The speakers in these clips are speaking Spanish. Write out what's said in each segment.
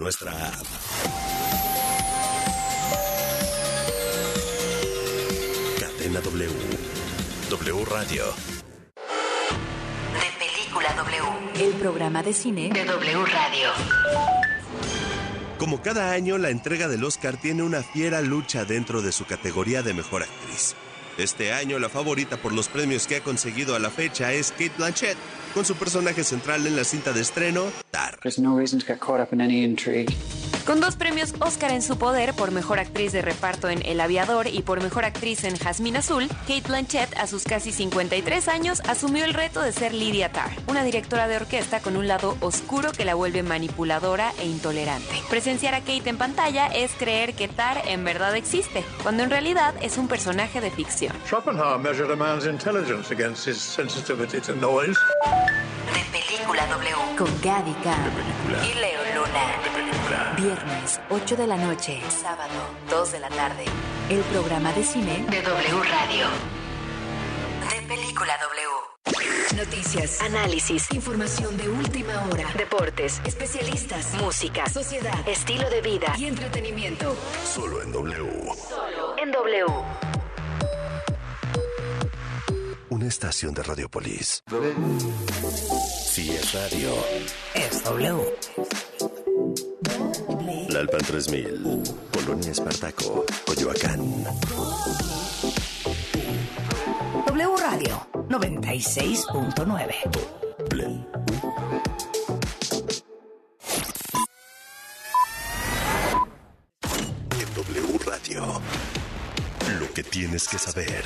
nuestra app. Cadena W. W Radio. De Película W. El programa de cine de W Radio. Como cada año, la entrega del Oscar tiene una fiera lucha dentro de su categoría de Mejor Actriz. Este año, la favorita por los premios que ha conseguido a la fecha es Cate Blanchett, con su personaje central en la cinta de estreno, Tar. Con 2 premios Oscar en su poder por Mejor Actriz de Reparto en El Aviador y por Mejor Actriz en Jazmín Azul, Cate Blanchett, a sus casi 53 años, asumió el reto de ser Lydia Tarr, una directora de orquesta con un lado oscuro que la vuelve manipuladora e intolerante. Presenciar a Cate en pantalla es creer que Tarr en verdad existe, cuando en realidad es un personaje de ficción. Schopenhauer measured a man's intelligence against his sensitivity to noise. De Película W. Con Gaby Khan y Leo Luna. De película. Viernes, 8 de la noche. Sábado, 2 de la tarde. El programa de cine de W Radio. De Película W. Noticias, análisis, información de última hora, deportes, especialistas, música, sociedad, estilo de vida y entretenimiento. Solo en W. Solo en W. Una estación de Radiopolis. Si es radio, Es W. Lalpan 3000, Colonia Espartaco, Coyoacán. W Radio 96.9. En W Radio, lo que tienes que saber.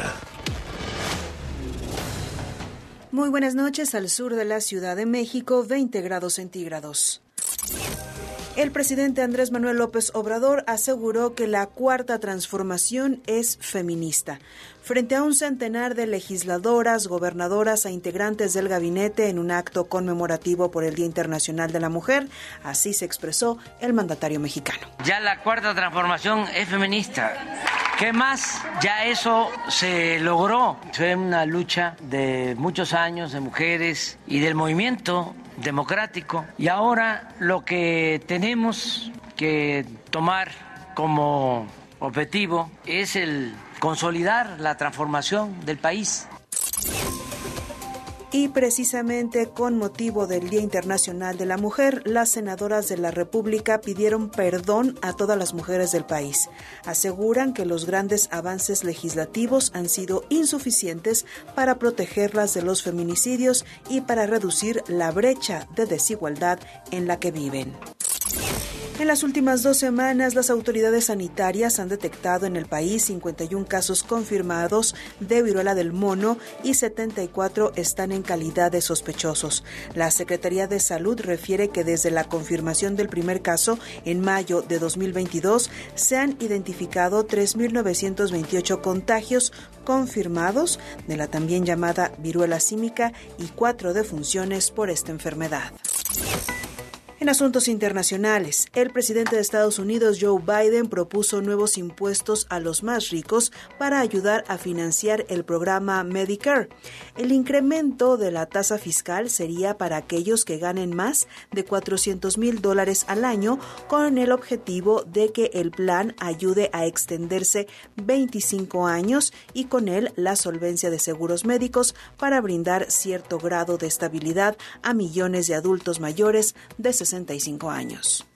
Muy buenas noches. Al sur de la Ciudad de México, 20 grados centígrados. El presidente Andrés Manuel López Obrador aseguró que la Cuarta Transformación es feminista. Frente a un centenar de legisladoras, gobernadoras e integrantes del gabinete en un acto conmemorativo por el Día Internacional de la Mujer, así se expresó el mandatario mexicano. Ya la Cuarta Transformación es feminista. ¿Qué más? Ya eso se logró. Fue una lucha de muchos años de mujeres y del movimiento democrático. Y ahora lo que tenemos que tomar como objetivo es el consolidar la transformación del país. Y precisamente con motivo del Día Internacional de la Mujer, las senadoras de la República pidieron perdón a todas las mujeres del país. Aseguran que los grandes avances legislativos han sido insuficientes para protegerlas de los feminicidios y para reducir la brecha de desigualdad en la que viven. En las últimas 2 semanas, las autoridades sanitarias han detectado en el país 51 casos confirmados de viruela del mono y 74 están en calidad de sospechosos. La Secretaría de Salud refiere que desde la confirmación del primer caso en mayo de 2022 se han identificado 3.928 contagios confirmados de la también llamada viruela símica y 4 defunciones por esta enfermedad. En asuntos internacionales, el presidente de Estados Unidos, Joe Biden, propuso nuevos impuestos a los más ricos para ayudar a financiar el programa Medicare. El incremento de la tasa fiscal sería para aquellos que ganen más de $400,000 al año, con el objetivo de que el plan ayude a extenderse 25 años y con él la solvencia de seguros médicos para brindar cierto grado de estabilidad a millones de adultos mayores de 65 años.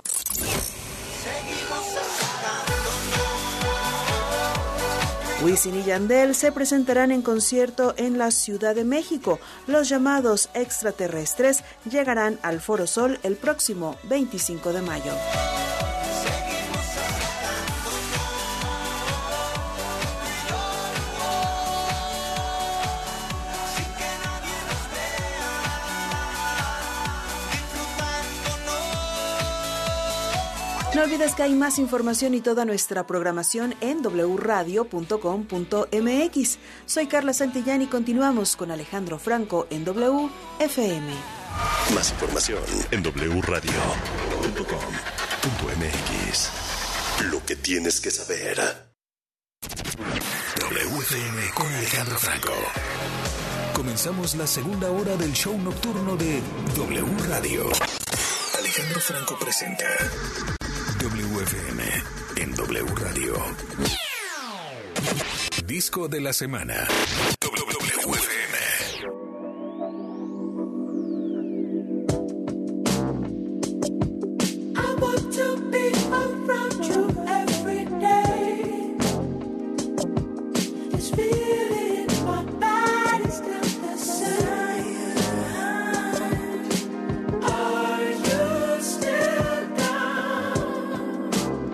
Wisin y Yandel se presentarán en concierto en la Ciudad de México. Los llamados extraterrestres llegarán al Foro Sol el próximo 25 de mayo. No olvides que hay más información y toda nuestra programación en wradio.com.mx. Soy Carla Santillán y continuamos con Alejandro Franco en WFM. Más información en wradio.com.mx. Lo que tienes que saber. WFM con Alejandro Franco. Comenzamos la segunda hora del show nocturno de W Radio. Alejandro Alejandro Franco presenta WFM en W Radio. Disco de la semana. WFM. I want to be around you every day. This feeling in my body's still the same. Are you still down?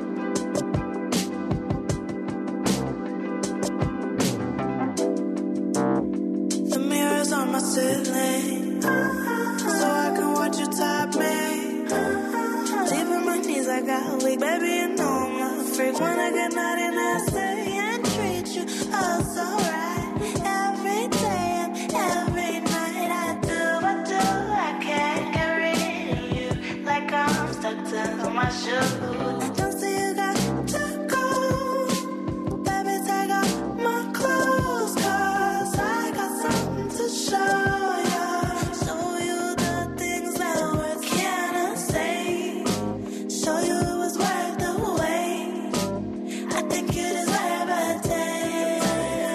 The mirror's on my ceiling, so I can watch you top me. Deep in my knees, I got weak. Baby, you know I'm a freak. When I get naughty and I stay and treat you oh so right. Every day and every night I do. I can't get rid of you. Like I'm stuck to my shoes. Don't see you got to go. Baby, take off my clothes, 'cause I got something to show you. Show you the things that words cannot say. Show you it was worth the wait. I think you deserve a taste.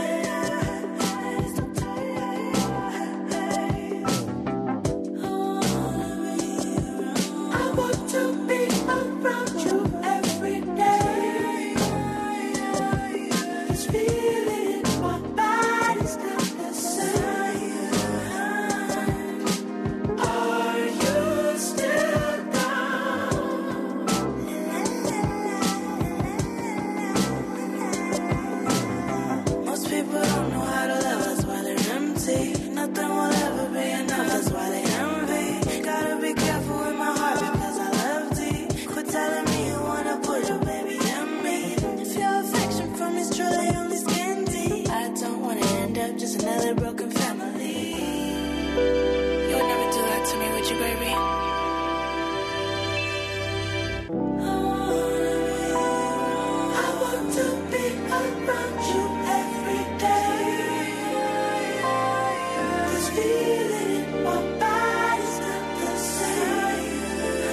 I want to be around you every day. This feeling in my body's still the same. Are you still down? Most people don't know how to love, that's why they're empty. Nothing will ever be enough, that's why they envy. Gotta be careful with my heart because I love deep. Quit telling me you wanna put your baby in me. If your affection for me is truly only skin deep, I don't wanna end up just another broken family. You would never do that to me, would you, baby? I want to be around you every day. This feeling in my body's not the same.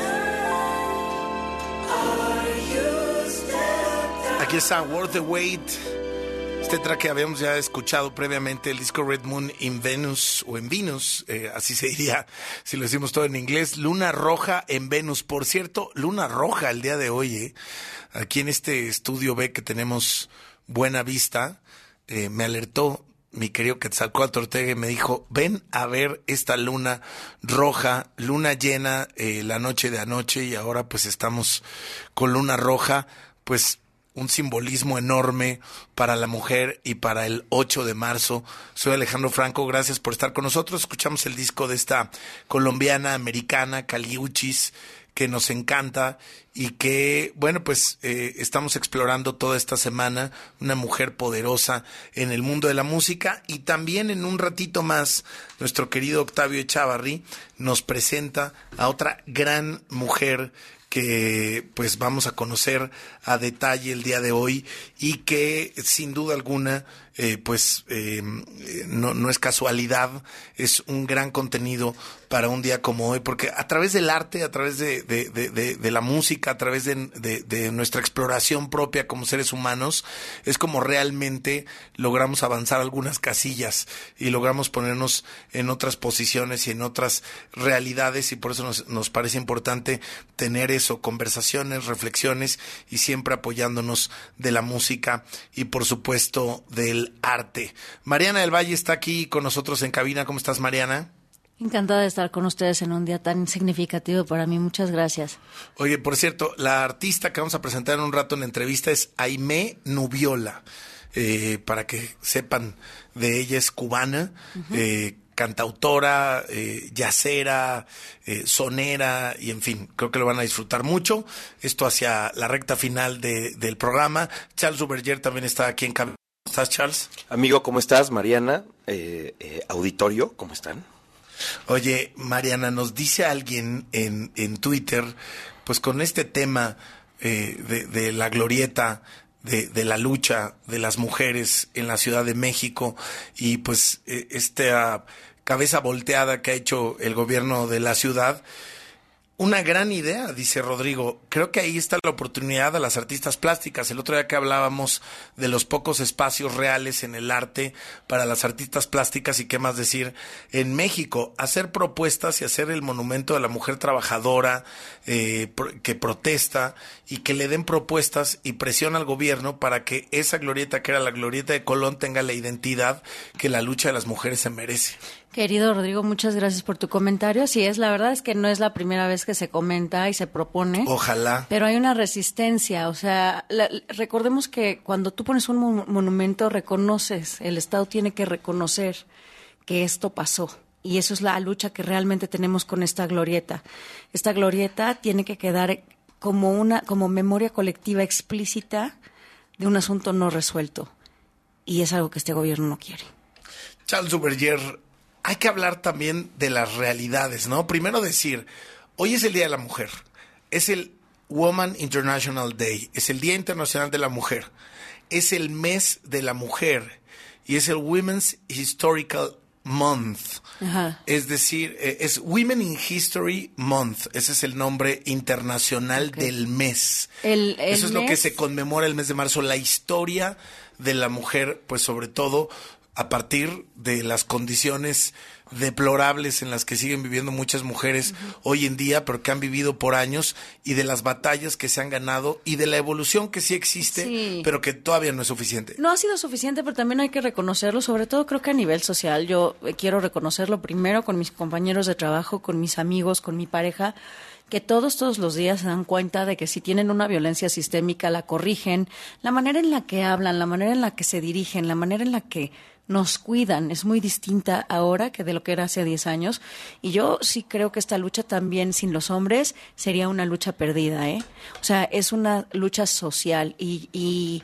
Are you still down? Aquí está Worth the Wait. Este track que habíamos ya escuchado previamente, el disco Red Moon in Venus, o en Venus, así se diría si lo decimos todo en inglés. Luna roja en Venus. Por cierto, luna roja el día de hoy, aquí en este estudio B que tenemos buena vista, me alertó mi querido Quetzalcóatl Ortega y me dijo: ven a ver esta luna roja, luna llena la noche de anoche, y ahora pues estamos con luna roja, pues un simbolismo enorme para la mujer y para el 8 de marzo. Soy Alejandro Franco, gracias por estar con nosotros. Escuchamos el disco de esta colombiana americana, Kali Uchis, que nos encanta y que, bueno, pues estamos explorando toda esta semana, una mujer poderosa en el mundo de la música. Y también en un ratito más, nuestro querido Octavio Echavarri nos presenta a otra gran mujer que pues vamos a conocer a detalle el día de hoy y que sin duda alguna no es casualidad, es un gran contenido para un día como hoy, porque a través del arte, a través de la música, a través de nuestra exploración propia como seres humanos, es como realmente logramos avanzar algunas casillas y logramos ponernos en otras posiciones y en otras realidades, y por eso nos parece importante tener eso, conversaciones, reflexiones, y siempre apoyándonos de la música y por supuesto del arte. Mariana del Valle está aquí con nosotros en cabina. ¿Cómo estás, Mariana? Encantada de estar con ustedes en un día tan significativo para mí. Muchas gracias. Oye, por cierto, la artista que vamos a presentar en un rato en la entrevista es Aimee Nubiola. Para que sepan de ella, es cubana, cantautora, yacera, sonera, y en fin, creo que lo van a disfrutar mucho. Esto hacia la recta final del programa. Charles Duverger también está aquí en cabina. ¿Cómo estás, Charles? Amigo, ¿cómo estás? Mariana, auditorio, ¿cómo están? Oye, Mariana, nos dice alguien en Twitter, pues con este tema de la glorieta, de la lucha de las mujeres en la Ciudad de México, y pues esta cabeza volteada que ha hecho el gobierno de la ciudad, Una gran idea, dice Rodrigo. Creo que ahí está la oportunidad a las artistas plásticas. El otro día que hablábamos de los pocos espacios reales en el arte para las artistas plásticas y qué más decir, en México, hacer propuestas y hacer el monumento de la mujer trabajadora que protesta y que le den propuestas y presión al gobierno para que esa glorieta que era la glorieta de Colón tenga la identidad que la lucha de las mujeres se merece. Querido Rodrigo, muchas gracias por tu comentario. Así es, la verdad es que no es la primera vez que se comenta y se propone. Ojalá. Pero hay una resistencia, o sea, recordemos que cuando tú pones un monumento reconoces, el Estado tiene que reconocer que esto pasó. Y eso es la lucha que realmente tenemos con esta glorieta. Esta glorieta tiene que quedar como memoria colectiva explícita de un asunto no resuelto. Y es algo que este gobierno no quiere. Charles Duverger, hay que hablar también de las realidades, ¿no? Primero decir, hoy es el Día de la Mujer, es el Woman International Day, es el Día Internacional de la Mujer, es el mes de la mujer y es el Women's Historical Month. Ajá. Es decir, es Women in History Month, ese es el nombre internacional del mes. Eso es lo que se conmemora el mes de marzo, la historia de la mujer, pues sobre todo a partir de las condiciones deplorables en las que siguen viviendo muchas mujeres hoy en día, pero que han vivido por años, y de las batallas que se han ganado y de la evolución que sí existe, pero que todavía no es suficiente. No ha sido suficiente, pero también hay que reconocerlo, sobre todo creo que a nivel social. Yo quiero reconocerlo primero con mis compañeros de trabajo, con mis amigos, con mi pareja, que todos los días se dan cuenta de que si tienen una violencia sistémica la corrigen, la manera en la que hablan, la manera en la que se dirigen, la manera en la que nos cuidan es muy distinta ahora que de lo que era hace 10 años. Y yo sí creo que esta lucha también sin los hombres sería una lucha perdida, ¿eh? O sea, es una lucha social y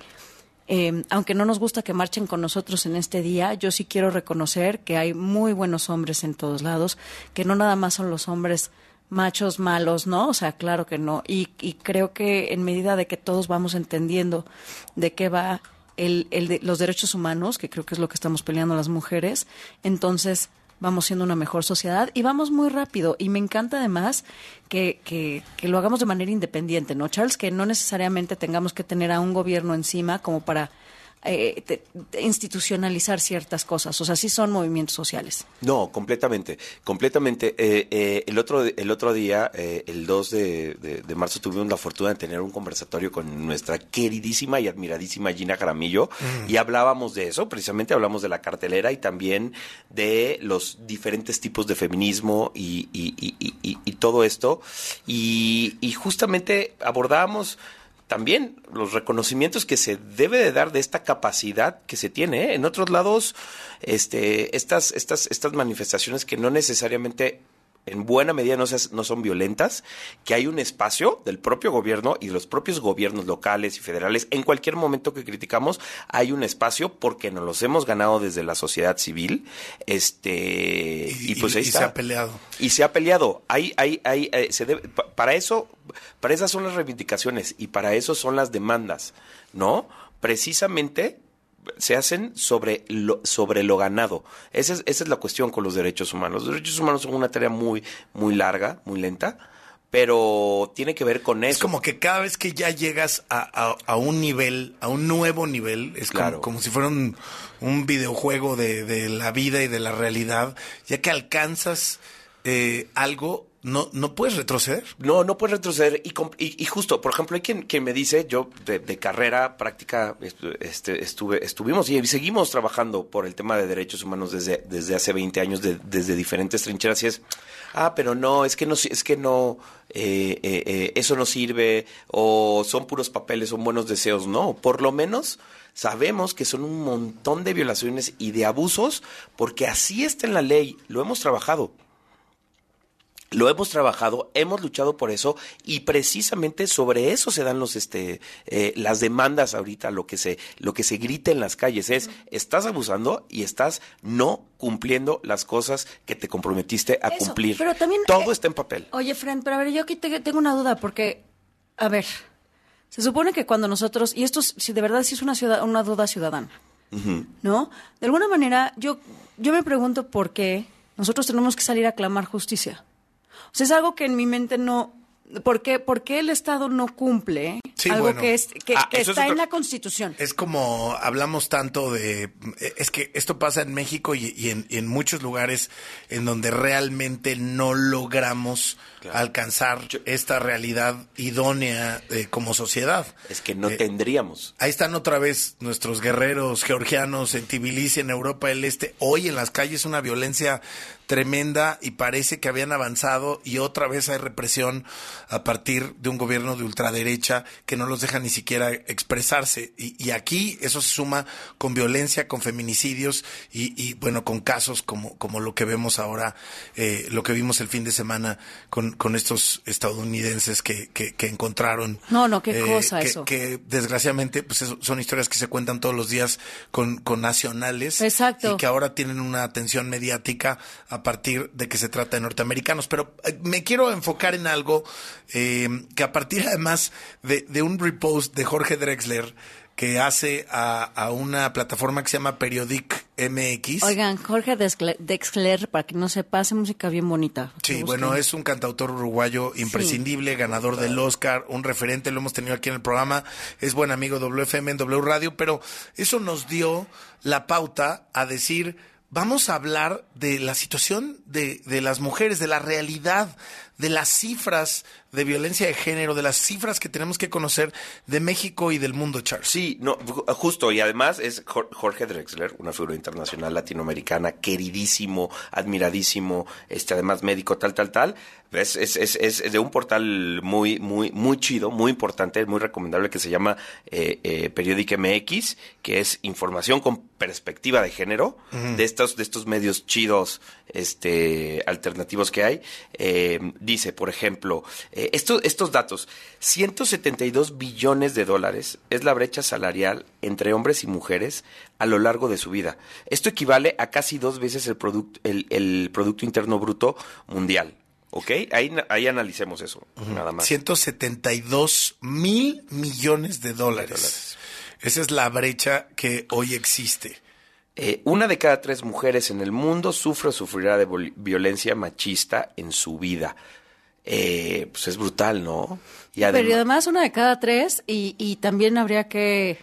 aunque no nos gusta que marchen con nosotros en este día, yo sí quiero reconocer que hay muy buenos hombres en todos lados, que no nada más son los hombres machos malos, ¿no? O sea, claro que no. Y creo que en medida de que todos vamos entendiendo de qué va de los derechos humanos, que creo que es lo que estamos peleando las mujeres, entonces vamos siendo una mejor sociedad y vamos muy rápido. Y me encanta además que lo hagamos de manera independiente, ¿no, Charles? Que no necesariamente tengamos que tener a un gobierno encima como para institucionalizar ciertas cosas. O sea, sí son movimientos sociales. No, completamente. El otro día, el 2 de marzo, tuvimos la fortuna de tener un conversatorio con nuestra queridísima y admiradísima Gina Jaramillo y hablábamos de eso, precisamente hablamos de la cartelera y también de los diferentes tipos de feminismo y todo esto. Y justamente abordábamos también los reconocimientos que se debe de dar de esta capacidad que se tiene, ¿eh? En otros lados, estas manifestaciones que no necesariamente en buena medida no son violentas, que hay un espacio del propio gobierno y de los propios gobiernos locales y federales, en cualquier momento que criticamos, hay un espacio porque nos los hemos ganado desde la sociedad civil, y pues ahí está. Se ha peleado. Y se ha peleado. Para esas son las reivindicaciones y para eso son las demandas, ¿no? Precisamente se hacen sobre lo ganado. Esa es la cuestión con los derechos humanos. Los derechos humanos son una tarea muy, muy larga, muy lenta, pero tiene que ver con eso. Es como que cada vez que ya llegas a un nivel, a un nuevo nivel, es como si fuera un videojuego de la vida y de la realidad, ya que alcanzas algo. No puedes retroceder. No puedes retroceder. Y justo, por ejemplo, hay quien me dice, yo de carrera práctica estuvimos y seguimos trabajando por el tema de derechos humanos desde hace 20 años, desde diferentes trincheras, y es, pero no, eso no sirve, o son puros papeles, son buenos deseos. No, por lo menos sabemos que son un montón de violaciones y de abusos, porque así está en la ley, lo hemos trabajado. Hemos luchado por eso y precisamente sobre eso se dan las demandas ahorita. Lo que se grita en las calles es: estás abusando y estás no cumpliendo las cosas que te comprometiste a cumplir. Pero también, todo está en papel. Oye, Fran, pero a ver, yo aquí tengo una duda porque, a ver, se supone que cuando nosotros, y esto si de verdad sí es una duda ciudadana, ¿no? De alguna manera yo me pregunto por qué nosotros tenemos que salir a clamar justicia. O sea, es algo que en mi mente no... ¿Por qué el Estado no cumple algo bueno. que está es en la Constitución? Es como hablamos tanto de... Es que esto pasa en México y en muchos lugares en donde realmente no logramos alcanzar esta realidad idónea como sociedad. Es que no tendríamos. Ahí están otra vez nuestros guerreros georgianos en Tbilisi, en Europa del Este. Hoy en las calles una violencia tremenda y parece que habían avanzado y otra vez hay represión a partir de un gobierno de ultraderecha que no los deja ni siquiera expresarse. Y aquí eso se suma con violencia, con feminicidios y bueno, con casos como lo que vemos ahora, lo que vimos el fin de semana con estos estadounidenses que encontraron. Qué cosa eso. Que desgraciadamente pues son historias que se cuentan todos los días con nacionales. Exacto. Y que ahora tienen una atención mediática a partir de que se trata de norteamericanos. Pero me quiero enfocar en algo que a partir además de un repost de Jorge Drexler que hace a una plataforma que se llama Periodic MX. Oigan, Jorge Drexler, para que no sepa, hace música bien bonita. Sí, bueno, es un cantautor uruguayo imprescindible, ganador del Oscar, un referente, lo hemos tenido aquí en el programa, es buen amigo WFM en W Radio, pero eso nos dio la pauta a decir, vamos a hablar de la situación de las mujeres, de la realidad, de las cifras de violencia de género, de las cifras que tenemos que conocer de México y del mundo, Charles. Sí, no, justo, y además es Jorge Drexler, una figura internacional latinoamericana, queridísimo, admiradísimo, además médico, tal. Es de un portal muy chido, muy importante, muy recomendable, que se llama Periodic MX, que es información con perspectiva de género, de estos medios chidos, alternativos que hay. Dice, por ejemplo, estos datos, 172 billones de dólares es la brecha salarial entre hombres y mujeres a lo largo de su vida. Esto equivale a casi 2 veces el Producto Interno Bruto mundial. ¿Ok? Ahí analicemos eso, nada más. 172 mil millones de dólares. Esa es la brecha que hoy existe. 1 de cada 3 mujeres en el mundo sufre o sufrirá de violencia machista en su vida. Pues es brutal, ¿no? Pero además 1 de cada 3 y también habría que...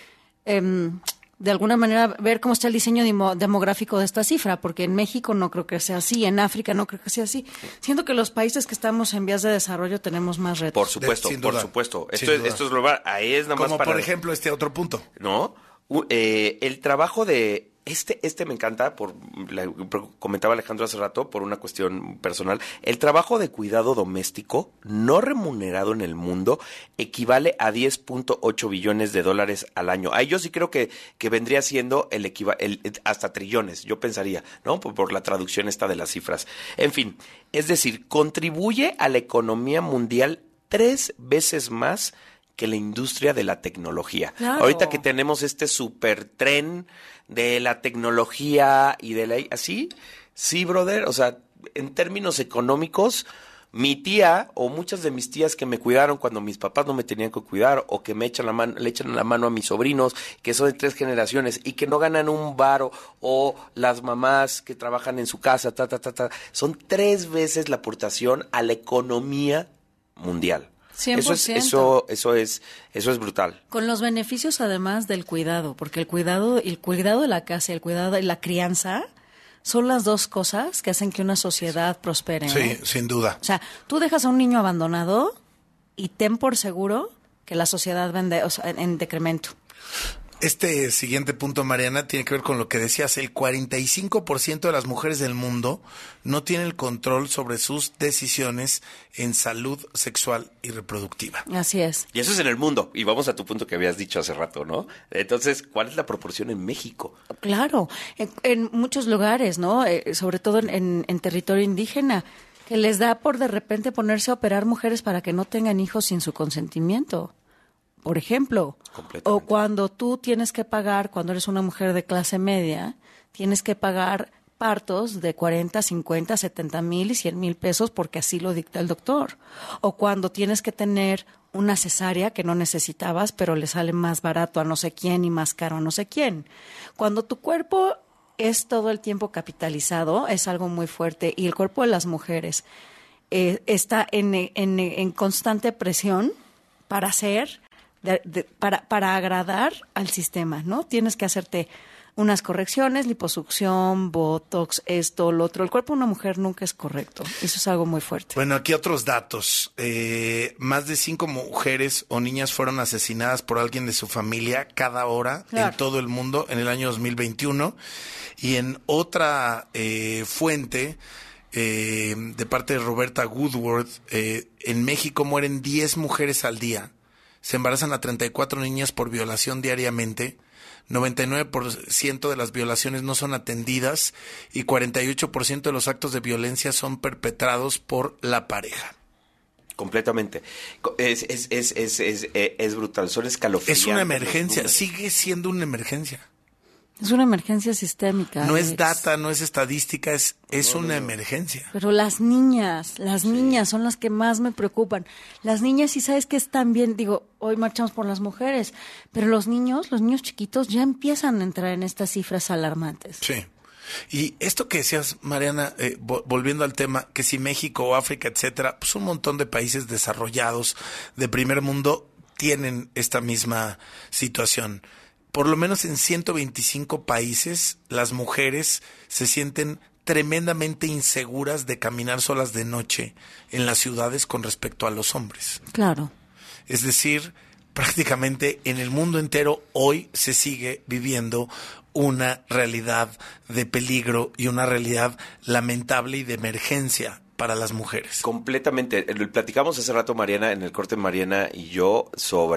de alguna manera ver cómo está el diseño demográfico de esta cifra, porque en México no creo que sea así, en África no creo que sea así. Siento que los países que estamos en vías de desarrollo tenemos más retos. Por supuesto, por supuesto. Esto es global, ahí es nada más como por ejemplo este otro punto. ¿No? El trabajo de... Este me encanta, comentaba Alejandro hace rato, por una cuestión personal. El trabajo de cuidado doméstico no remunerado en el mundo equivale a 10.8 billones de dólares al año. Ahí yo sí creo que vendría siendo hasta trillones, yo pensaría, ¿no? Por la traducción esta de las cifras. En fin, es decir, contribuye a la economía mundial 3 veces más que la industria de la tecnología. Claro. Ahorita que tenemos este super tren de la tecnología y de la... ¿Así? Sí, brother. O sea, en términos económicos, mi tía o muchas de mis tías que me cuidaron cuando mis papás no me tenían que cuidar o que le echan la mano a mis sobrinos, que son de 3 generaciones y que no ganan un varo, o las mamás que trabajan en su casa, son 3 veces la aportación a la economía mundial. 100%. Eso es brutal. Con los beneficios además del cuidado, porque el cuidado de la casa y el cuidado de la crianza son las 2 cosas que hacen que una sociedad prospere. Sí, sin duda. O sea, tú dejas a un niño abandonado y ten por seguro que la sociedad vende, en decremento. Este siguiente punto, Mariana, tiene que ver con lo que decías. El 45% de las mujeres del mundo no tienen el control sobre sus decisiones en salud sexual y reproductiva. Así es. Y eso es en el mundo. Y vamos a tu punto que habías dicho hace rato, ¿no? Entonces, ¿cuál es la proporción en México? Claro, en muchos lugares, ¿no? Sobre todo en territorio indígena, que les da por de repente ponerse a operar mujeres para que no tengan hijos sin su consentimiento. Por ejemplo, o cuando tú tienes que pagar, cuando eres una mujer de clase media, tienes que pagar partos de 40, 50, 70 mil y 100 mil pesos porque así lo dicta el doctor. O cuando tienes que tener una cesárea que no necesitabas, pero le sale más barato a no sé quién y más caro a no sé quién. Cuando tu cuerpo es todo el tiempo capitalizado, es algo muy fuerte. Y el cuerpo de las mujeres está en constante presión para hacer, para agradar al sistema, ¿no? Tienes que hacerte unas correcciones, liposucción, botox, esto, lo otro. El cuerpo de una mujer nunca es correcto. Eso es algo muy fuerte. Bueno, aquí otros datos. Más de 5 mujeres o niñas fueron asesinadas por alguien de su familia cada hora en todo el mundo en el año 2021. Y en otra fuente, de parte de Roberta Woodward, en México mueren 10 mujeres al día. Se embarazan a 34 niñas por violación diariamente. 99% de las violaciones no son atendidas y 48% de los actos de violencia son perpetrados por la pareja. Completamente. Es brutal, son escalofriantes. Es una emergencia, sigue siendo una emergencia. Es una emergencia sistémica. No es data, no es estadística, es una emergencia. Pero las niñas son las que más me preocupan. Las niñas, sí sabes que están bien, digo, hoy marchamos por las mujeres, pero los niños chiquitos ya empiezan a entrar en estas cifras alarmantes. Sí. Y esto que decías, Mariana, volviendo al tema, que si México o África, etcétera, pues un montón de países desarrollados de primer mundo tienen esta misma situación. Por lo menos en 125 países, las mujeres se sienten tremendamente inseguras de caminar solas de noche en las ciudades con respecto a los hombres. Claro. Es decir, prácticamente en el mundo entero hoy se sigue viviendo una realidad de peligro y una realidad lamentable y de emergencia para las mujeres. Completamente. Platicamos hace rato, Mariana, en el corte, Mariana y yo,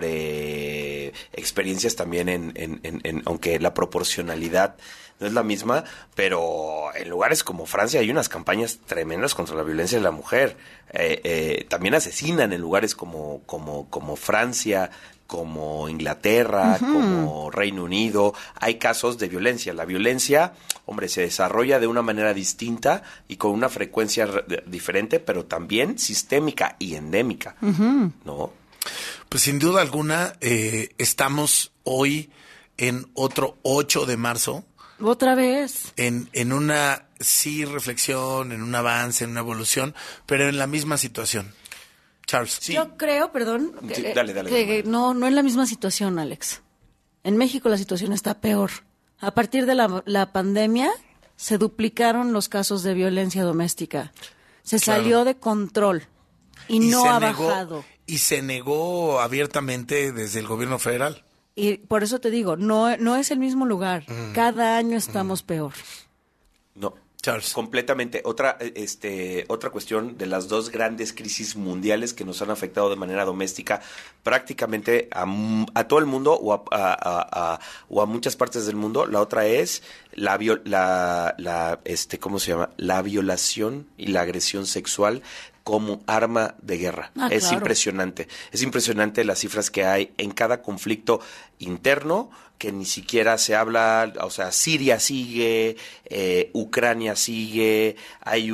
sobre experiencias también aunque la proporcionalidad no es la misma, pero en lugares como Francia hay unas campañas tremendas contra la violencia de la mujer. También asesinan en lugares como Francia, como Inglaterra, como Reino Unido. Hay casos de violencia. La violencia, hombre, se desarrolla de una manera distinta y con una frecuencia diferente, pero también sistémica y endémica, ¿no? Pues sin duda alguna, estamos hoy en otro 8 de marzo. ¿Otra vez? En una, sí, reflexión, en un avance, en una evolución, pero en la misma situación. Charles. Sí. Yo creo, perdón, sí, dale. que no en la misma situación, Alex. En México la situación está peor. A partir de la pandemia se duplicaron los casos de violencia doméstica. Se salió de control y no ha bajado. Y se negó abiertamente desde el gobierno federal. Y por eso te digo, no es el mismo lugar. Cada año estamos peor. No. Charles. Completamente. Otra cuestión de las dos grandes crisis mundiales que nos han afectado de manera doméstica prácticamente a todo el mundo o a muchas partes del mundo. La otra es ¿cómo se llama? La violación y la agresión sexual como arma de guerra. Es claro. Impresionante. Es impresionante las cifras que hay en cada conflicto interno, que ni siquiera se habla, o sea, Siria sigue, Ucrania sigue, hay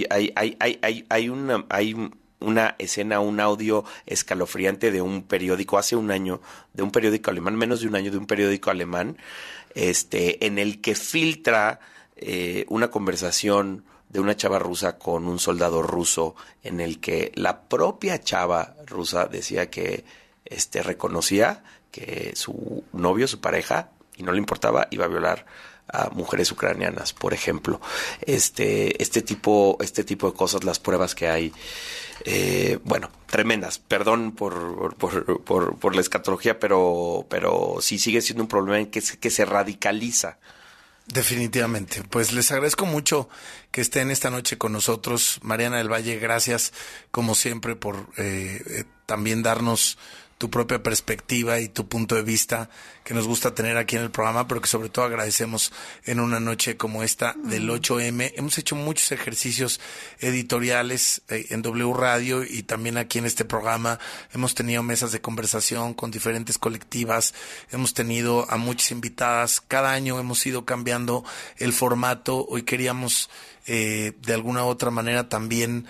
una escena, un audio escalofriante de un periódico hace un año, de un periódico alemán, menos de un año, de un periódico alemán, en el que filtra una conversación de una chava rusa con un soldado ruso, en el que la propia chava rusa decía que reconocía que su novio, su pareja, y no le importaba, iba a violar a mujeres ucranianas, por ejemplo. Este tipo de cosas, las pruebas que hay, tremendas. Perdón por la escatología, pero sí sigue siendo un problema en que se radicaliza. Definitivamente. Pues les agradezco mucho que estén esta noche con nosotros. Mariana del Valle, gracias como siempre por también darnos tu propia perspectiva y tu punto de vista que nos gusta tener aquí en el programa, pero que sobre todo agradecemos en una noche como esta del 8M. Hemos hecho muchos ejercicios editoriales en W Radio y también aquí en este programa. Hemos tenido mesas de conversación con diferentes colectivas, hemos tenido a muchas invitadas. Cada año hemos ido cambiando el formato. Hoy queríamos de alguna u otra manera también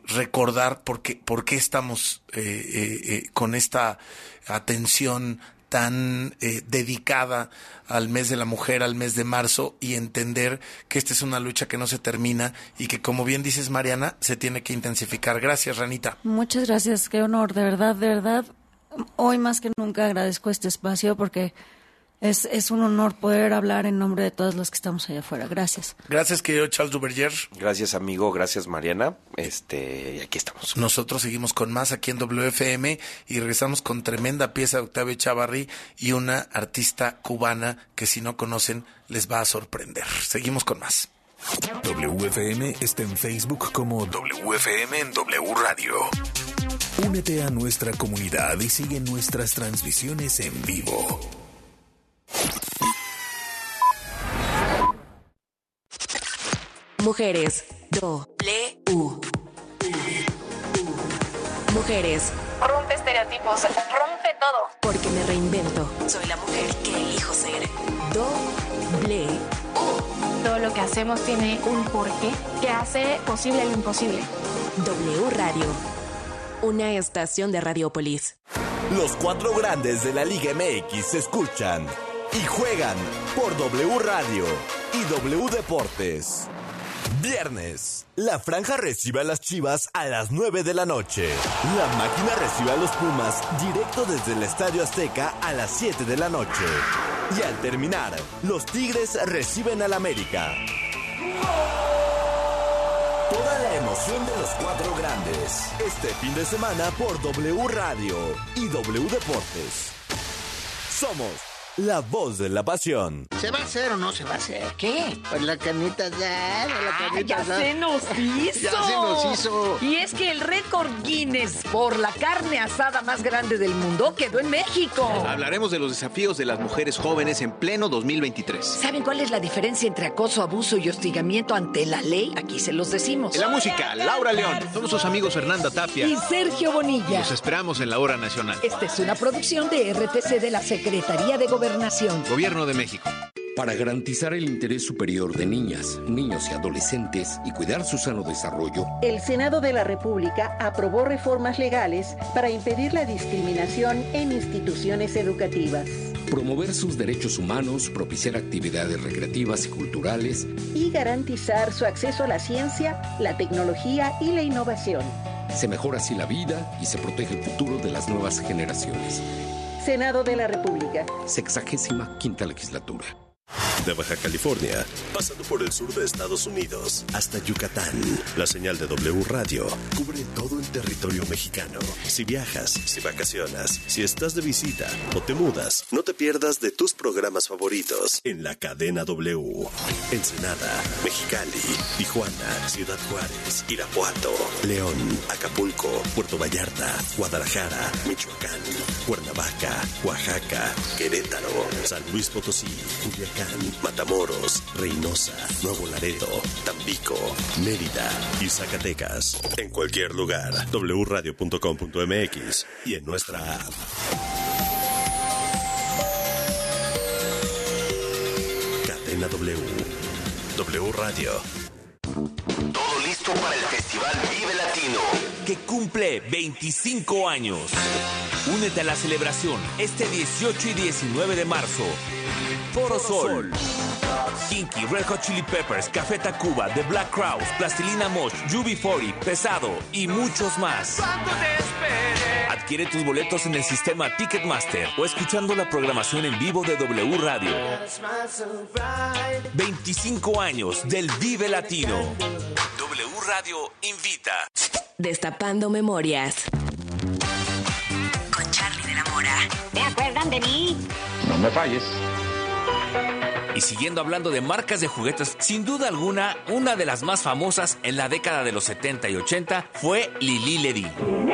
recordar por qué estamos con esta atención tan dedicada al mes de la mujer, al mes de marzo, y entender que esta es una lucha que no se termina y que, como bien dices, Mariana, se tiene que intensificar. Gracias, Ranita. Muchas gracias, qué honor, de verdad. Hoy más que nunca agradezco este espacio porque es un honor poder hablar en nombre de todos los que estamos allá afuera. Gracias. Gracias, querido Charles Duverger. Gracias, amigo. Gracias, Mariana. Y aquí estamos. Nosotros seguimos con más aquí en WFM y regresamos con tremenda pieza de Octavio Echavarri y una artista cubana que, si no conocen, les va a sorprender. Seguimos con más. WFM está en Facebook como WFM en W Radio. Únete a nuestra comunidad y sigue nuestras transmisiones en vivo. Mujeres. W. Mujeres. Rompe estereotipos, rompe todo. Porque me reinvento. Soy la mujer que elijo ser. W. Todo lo que hacemos tiene un porqué que hace posible lo imposible. W Radio. Una estación de Radiopolis. Los 4 grandes de la Liga MX se escuchan y juegan por W Radio y W Deportes. Viernes, la Franja recibe a las Chivas a las 9 de la noche. La Máquina recibe a los Pumas directo desde el Estadio Azteca a las 7 de la noche. Y al terminar, los Tigres reciben al América. Toda la emoción de los 4 grandes, este fin de semana por W Radio y W Deportes. Somos la voz de la pasión. ¿Se va a hacer o no se va a hacer? ¿Qué? Pues la carnita asada, ya se nos hizo. Ya se nos hizo. Y es que el récord Guinness por la carne asada más grande del mundo quedó en México. Hablaremos de los desafíos de las mujeres jóvenes en pleno 2023. ¿Saben cuál es la diferencia entre acoso, abuso y hostigamiento ante la ley? Aquí se los decimos. En la música, Laura León. Somos sus amigos Fernanda Tapia y Sergio Bonilla. Los esperamos en la Hora Nacional. Esta es una producción de RTC de la Secretaría de Gobernación. Gobierno de México. Para garantizar el interés superior de niñas, niños y adolescentes y cuidar su sano desarrollo, el Senado de la República aprobó reformas legales para impedir la discriminación en instituciones educativas, promover sus derechos humanos, propiciar actividades recreativas y culturales y garantizar su acceso a la ciencia, la tecnología y la innovación. Se mejora así la vida y se protege el futuro de las nuevas generaciones. Senado de la República. 65ª legislatura. De Baja California, pasando por el sur de Estados Unidos, hasta Yucatán. La señal de W Radio cubre todo el territorio mexicano. Si viajas, si vacacionas, si estás de visita o te mudas, no te pierdas de tus programas favoritos en la cadena W. Ensenada, Mexicali, Tijuana, Ciudad Juárez, Irapuato, León, Acapulco, Puerto Vallarta, Guadalajara, Michoacán, Cuernavaca, Oaxaca, Querétaro, San Luis Potosí, Culiacán, Matamoros, Reynosa, Nuevo Laredo, Tampico, Mérida y Zacatecas. En cualquier lugar, wradio.com.mx y en nuestra app. Cadena W. W Radio. Todo listo para el Festival Vive Latino, que cumple 25 años. Únete a la celebración este 18 y 19 de marzo. Foro Sol, Kinky, Red Hot Chili Peppers, Café Tacuba, The Black Crowes, Plastilina Mosh, UB40, Pesado y muchos más. Adquiere tus boletos en el sistema Ticketmaster o escuchando la programación en vivo de W Radio. 25 años del Vive Latino. W Radio invita. Destapando memorias. Con Charlie de la Mora. ¿Se acuerdan de mí? No me falles. Y siguiendo hablando de marcas de juguetes, sin duda alguna, una de las más famosas en la década de los 70 y 80 fue Lili Ledy.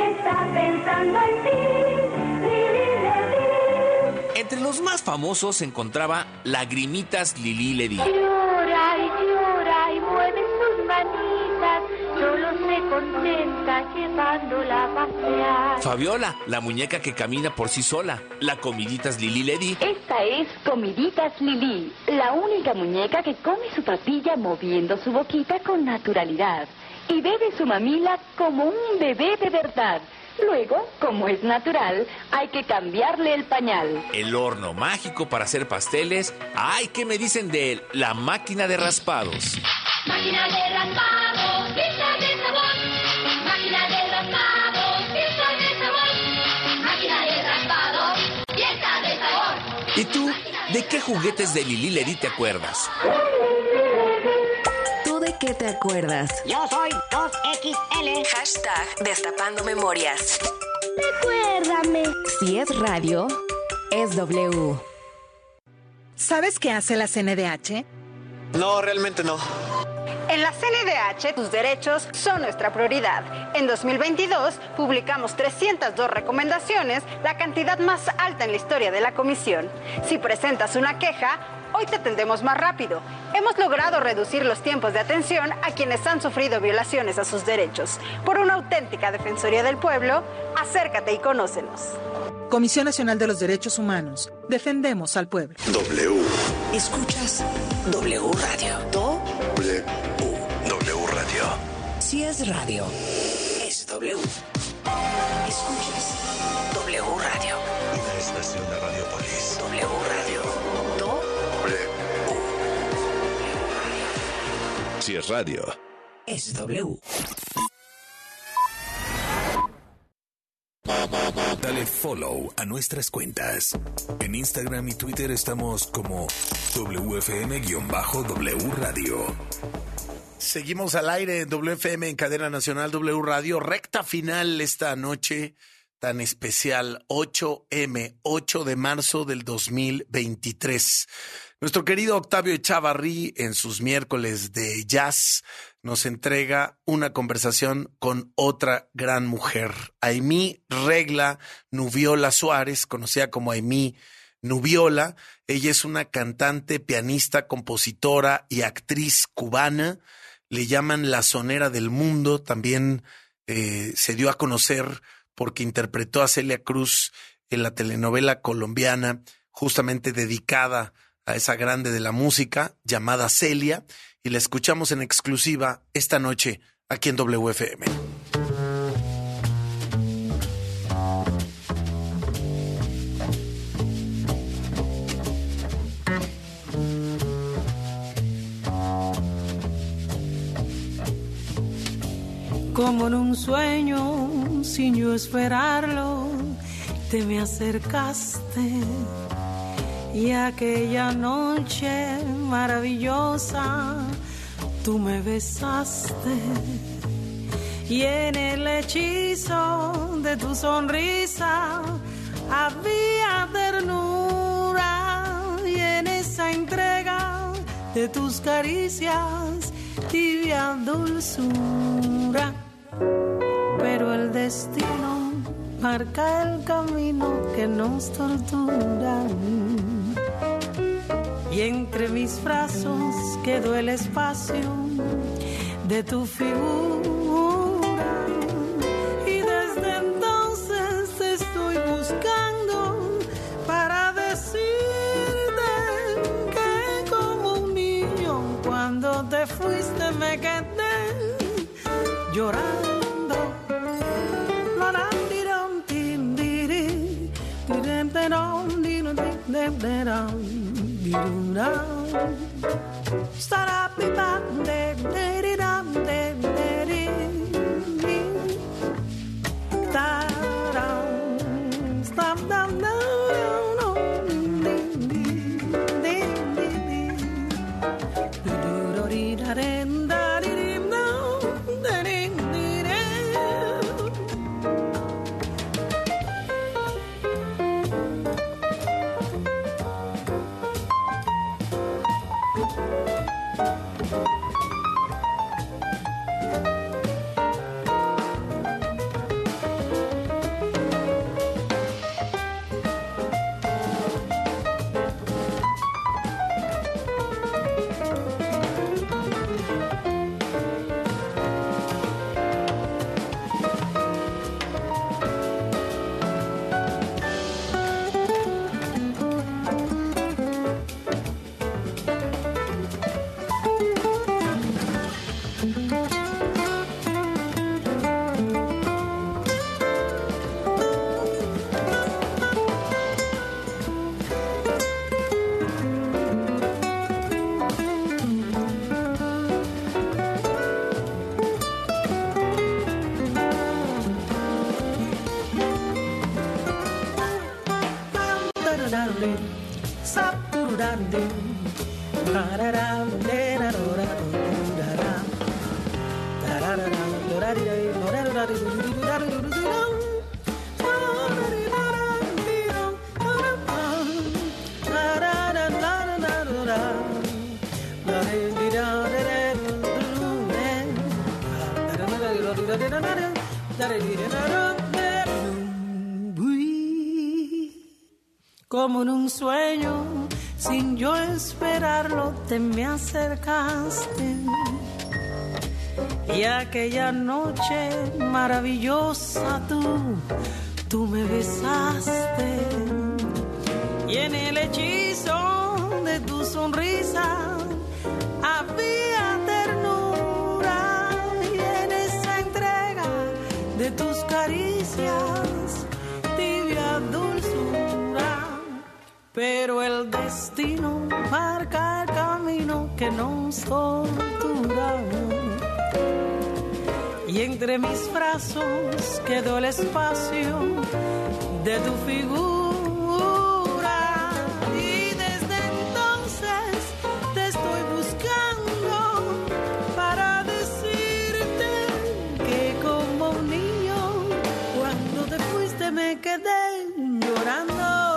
Entre los más famosos se encontraba Lagrimitas Lili Ledy. Llora y mueve sus manitas, solo se contenta llevándola a pasear. Fabiola, la muñeca que camina por sí sola. La Comiditas Lili Ledy. Esta es Comiditas Lili, la única muñeca que come su papilla moviendo su boquita con naturalidad y bebe su mamila como un bebé de verdad. Luego, como es natural, hay que cambiarle el pañal. El horno mágico para hacer pasteles. ¡Ay, qué me dicen de la máquina de raspados! Máquina de raspados, fiesta de sabor. Máquina de raspados, fiesta de sabor. Máquina de raspados, fiesta de sabor. ¿Y tú, de qué juguetes de Lili Ledi te acuerdas? ¿Tú de qué te acuerdas? Yo soy 2XL. Hashtag Destapando Memorias. Recuérdame. Si es radio, es W. ¿Sabes qué hace la CNDH? No, realmente no. En la CNDH, tus derechos son nuestra prioridad. En 2022, publicamos 302 recomendaciones, la cantidad más alta en la historia de la comisión. Si presentas una queja, hoy te atendemos más rápido. Hemos logrado reducir los tiempos de atención a quienes han sufrido violaciones a sus derechos. Por una auténtica Defensoría del Pueblo, acércate y conócenos. Comisión Nacional de los Derechos Humanos. Defendemos al pueblo. W. Escuchas W Radio. W. W Radio. Si es radio, es W. Escuchas W Radio. Una estación de Radiopolis. W Radio. W. Si es radio, es W. dale follow a nuestras cuentas. En Instagram y Twitter estamos como WFM-W Radio. Seguimos al aire en WFM en cadena nacional W Radio. Recta final esta noche tan especial, 8M, 8 de marzo del 2023. Nuestro querido Octavio Echavarri, en sus miércoles de jazz, nos entrega una conversación con otra gran mujer, Aimee Regla Nubiola Suárez, conocida como Aimee Nubiola. Ella es una cantante, pianista, compositora y actriz cubana. Le llaman la sonera del mundo. También se dio a conocer porque interpretó a Celia Cruz en la telenovela colombiana, justamente dedicada a esa grande de la música llamada Celia, y la escuchamos en exclusiva esta noche aquí en WFM. Como en un sueño, sin yo esperarlo, te me acercaste. Y aquella noche maravillosa, tú me besaste. Y en el hechizo de tu sonrisa había ternura. Y en esa entrega de tus caricias, tibia dulzura. Pero el destino marca el camino que nos tortura. Y entre mis brazos quedó el espacio de tu figura. Y desde entonces te estoy buscando para decirte que como un niño cuando te fuiste me quedé llorando. Como en un sueño, sin yo esperarlo, te me acercaste. Y aquella noche maravillosa tú me besaste. Y en el hechizo de tu sonrisa había ternura. Y en esa entrega de tus caricias, tibia dulzura. Pero el destino marca el camino que nos tortura. Y entre mis brazos quedó el espacio de tu figura. Y desde entonces te estoy buscando para decirte que como un niño, cuando te fuiste me quedé llorando.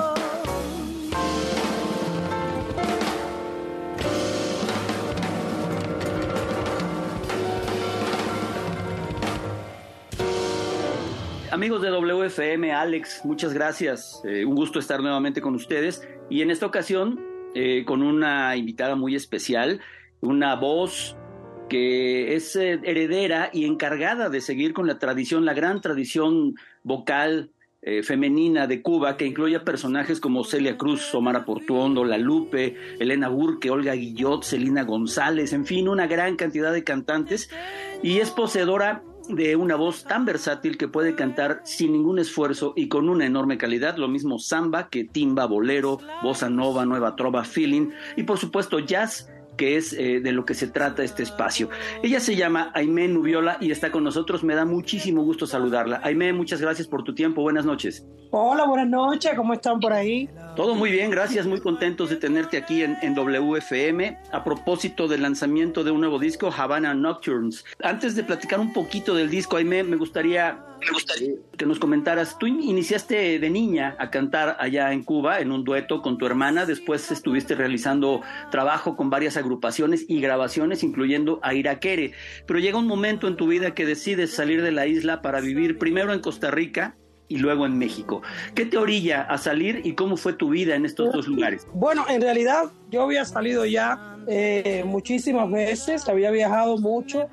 Amigos de WFM, Alex, muchas gracias. Un gusto estar nuevamente con ustedes. Y en esta ocasión, con una invitada muy especial, una voz que es heredera y encargada de seguir con la tradición, la gran tradición vocal femenina de Cuba, que incluye a personajes como Celia Cruz, Omar Portuondo, La Lupe, Elena Burke, Olga Guillot, Celina González, en fin, una gran cantidad de cantantes. Y es poseedora de una voz tan versátil que puede cantar sin ningún esfuerzo y con una enorme calidad, lo mismo samba que timba, bolero, bossa nova, nueva trova, feeling y por supuesto jazz, que es de lo que se trata este espacio. Ella se llama Aimee Nubiola y está con nosotros. Me da muchísimo gusto saludarla. Aimee, muchas gracias por tu tiempo. Buenas noches. Hola, buenas noches. ¿Cómo están por ahí? Todo muy bien, gracias. Muy contentos de tenerte aquí en WFM a propósito del lanzamiento de un nuevo disco, Havana Nocturnes. Antes de platicar un poquito del disco, Aimee, me gustaría que nos comentaras. Tú iniciaste de niña a cantar allá en Cuba en un dueto con tu hermana. Después estuviste realizando trabajo con varias agrupaciones y grabaciones, incluyendo a Iraquere. Pero llega un momento en tu vida que decides salir de la isla para vivir primero en Costa Rica y luego en México. ¿Qué te orilla a salir y cómo fue tu vida en estos dos lugares? Bueno, en realidad yo había salido ya muchísimas veces, había viajado mucho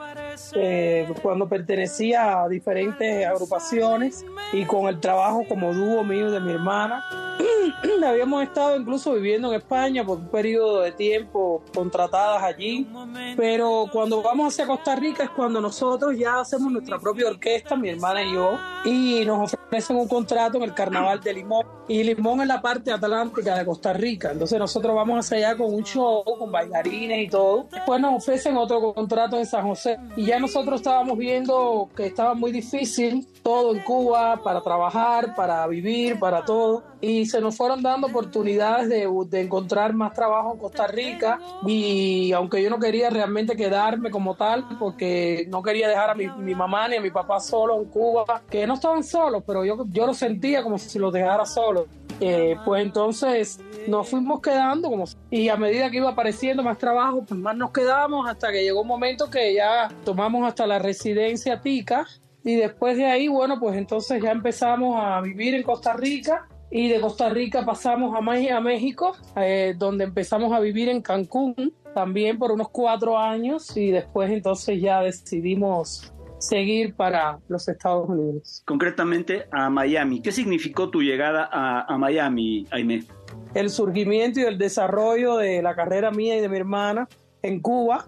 cuando pertenecía a diferentes agrupaciones y con el trabajo como dúo mío y de mi hermana. Habíamos estado incluso viviendo en España por un periodo de tiempo, contratadas allí, pero cuando vamos hacia Costa Rica es cuando nosotros ya hacemos nuestra propia orquesta, mi hermana y yo, y nos ofrecen un contrato en el Carnaval de Limón, y Limón es la parte atlántica de Costa Rica. Entonces nosotros vamos hacia allá con un show, con bailarines y todo. Después nos ofrecen otro contrato en San José, y ya nosotros estábamos viendo que estaba muy difícil todo en Cuba para trabajar, para vivir, para todo, y se nos fueron dando oportunidades de encontrar más trabajo en Costa Rica. Y aunque yo no quería realmente quedarme como tal, porque no quería dejar a mi mamá ni a mi papá solos en Cuba, que no estaban solos, pero yo lo sentía como si los dejara solos. Pues entonces nos fuimos quedando y a medida que iba apareciendo más trabajo, pues más nos quedamos, hasta que llegó un momento que ya tomamos hasta la residencia Tica, y después de ahí, bueno, pues entonces ya empezamos a vivir en Costa Rica, y de Costa Rica pasamos a México, donde empezamos a vivir en Cancún también por unos 4 años, y después entonces ya decidimos seguir para los Estados Unidos. Concretamente a Miami. ¿Qué significó tu llegada a Miami, Aimee? El surgimiento y el desarrollo de la carrera mía y de mi hermana en Cuba,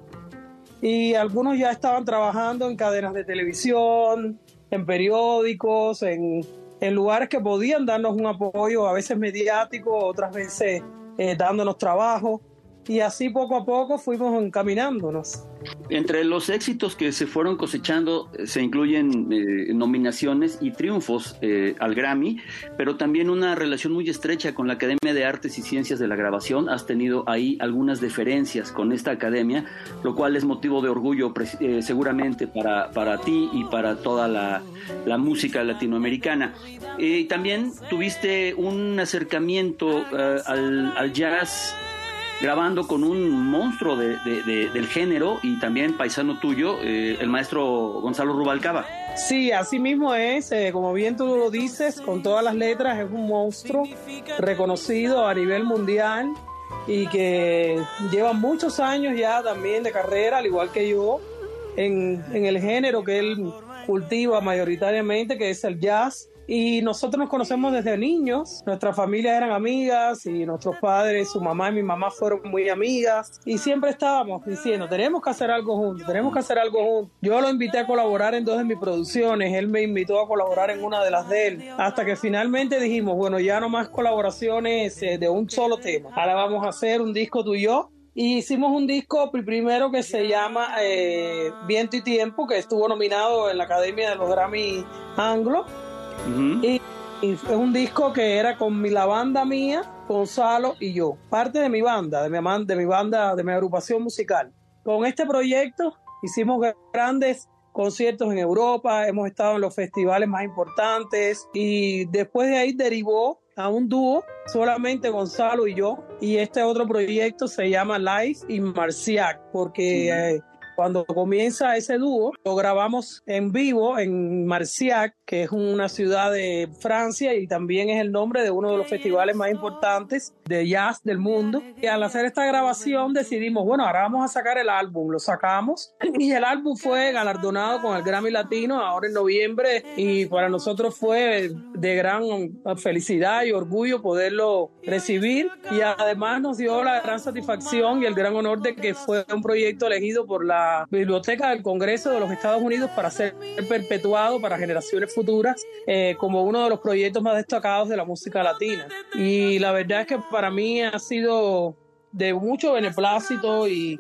y algunos ya estaban trabajando en cadenas de televisión, en periódicos, en lugares que podían darnos un apoyo, a veces mediático, otras veces dándonos trabajo. y así poco a poco fuimos encaminándonos. Entre los éxitos que se fueron cosechando se incluyen nominaciones y triunfos al Grammy, pero también una relación muy estrecha con la Academia de Artes y Ciencias de la Grabación. Has tenido ahí algunas deferencias con esta academia, lo cual es motivo de orgullo seguramente para ti y para toda la música latinoamericana. También tuviste un acercamiento al jazz, grabando con un monstruo del género y también paisano tuyo, el maestro Gonzalo Rubalcaba. Sí, así mismo es, como bien tú lo dices, con todas las letras, es un monstruo reconocido a nivel mundial y que lleva muchos años ya también de carrera, al igual que yo, en el género que él cultiva mayoritariamente, que es el jazz. Y nosotros nos conocemos desde niños, nuestras familias eran amigas y nuestros padres, su mamá y mi mamá fueron muy amigas y siempre estábamos diciendo, tenemos que hacer algo juntos, tenemos que hacer algo juntos. Yo lo invité a colaborar en 2 de mis producciones, él me invitó a colaborar en una de las de él, hasta que finalmente dijimos, bueno, ya no más colaboraciones de un solo tema, ahora vamos a hacer un disco tú y yo. Y hicimos un disco primero que se llama Viento y Tiempo, que estuvo nominado en la Academia de los Grammy Anglo. Uh-huh. Y fue un disco que era con la banda mía, Gonzalo y yo, parte de mi banda, de mi agrupación musical. Con este proyecto hicimos grandes conciertos en Europa, hemos estado en los festivales más importantes y después de ahí derivó a un dúo, solamente Gonzalo y yo, y este otro proyecto se llama Live in Marciac, porque cuando comienza ese dúo, lo grabamos en vivo en Marciac, que es una ciudad de Francia y también es el nombre de uno de los festivales más importantes de jazz del mundo. Y al hacer esta grabación decidimos, bueno, ahora vamos a sacar el álbum. Lo sacamos y el álbum fue galardonado con el Grammy Latino ahora en noviembre y para nosotros fue de gran felicidad y orgullo poderlo recibir y además nos dio la gran satisfacción y el gran honor de que fue un proyecto elegido por la Biblioteca del Congreso de los Estados Unidos para ser perpetuado para generaciones futuras como uno de los proyectos más destacados de la música latina. Y la verdad es que para mí ha sido de mucho beneplácito y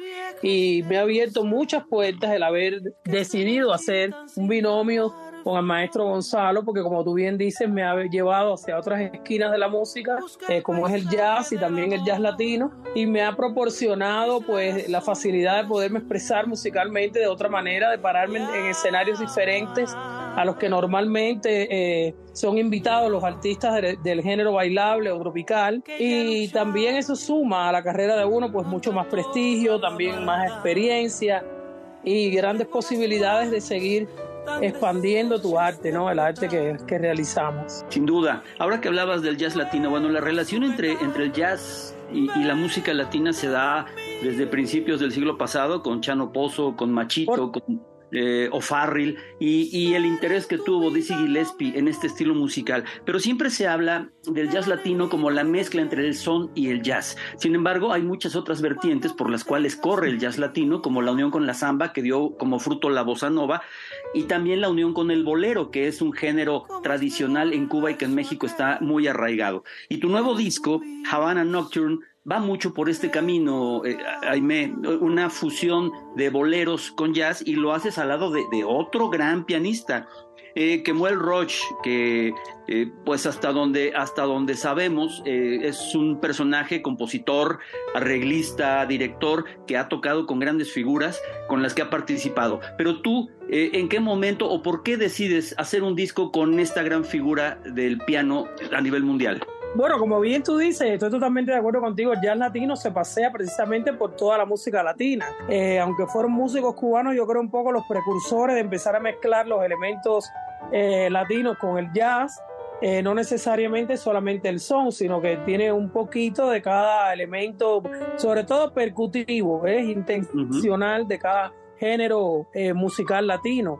me ha abierto muchas puertas el haber decidido hacer un binomio con el maestro Gonzalo, porque como tú bien dices, me ha llevado hacia otras esquinas de la música, como es el jazz y también el jazz latino, y me ha proporcionado pues la facilidad de poderme expresar musicalmente de otra manera, de pararme en escenarios diferentes a los que normalmente son invitados los artistas del género bailable o tropical, y también eso suma a la carrera de uno pues mucho más prestigio, también más experiencia y grandes posibilidades de seguir expandiendo tu arte, ¿no? El arte que realizamos. Sin duda. Ahora que hablabas del jazz latino, bueno, la relación entre el jazz y la música latina se da desde principios del siglo pasado con Chano Pozo, con Machito, con O'Farrill y el interés que tuvo Dizzy Gillespie en este estilo musical, pero siempre se habla del jazz latino como la mezcla entre el son y el jazz. Sin embargo, hay muchas otras vertientes por las cuales corre el jazz latino, como la unión con la samba, que dio como fruto la bossa nova, y también la unión con el bolero, que es un género tradicional en Cuba y que en México está muy arraigado. Y tu nuevo disco, Havana Nocturne, va mucho por este camino, Aimé, una fusión de boleros con jazz, y lo haces al lado de otro gran pianista, Kemuel Roach, que pues hasta donde sabemos es un personaje, compositor, arreglista, director, que ha tocado con grandes figuras con las que ha participado. Pero tú, ¿en qué momento o por qué decides hacer un disco con esta gran figura del piano a nivel mundial? Bueno, como bien tú dices, estoy totalmente de acuerdo contigo, el jazz latino se pasea precisamente por toda la música latina. Aunque fueron músicos cubanos, yo creo un poco los precursores de empezar a mezclar los elementos latinos con el jazz, no necesariamente solamente el son, sino que tiene un poquito de cada elemento, sobre todo percutivo, intencional de cada género musical latino.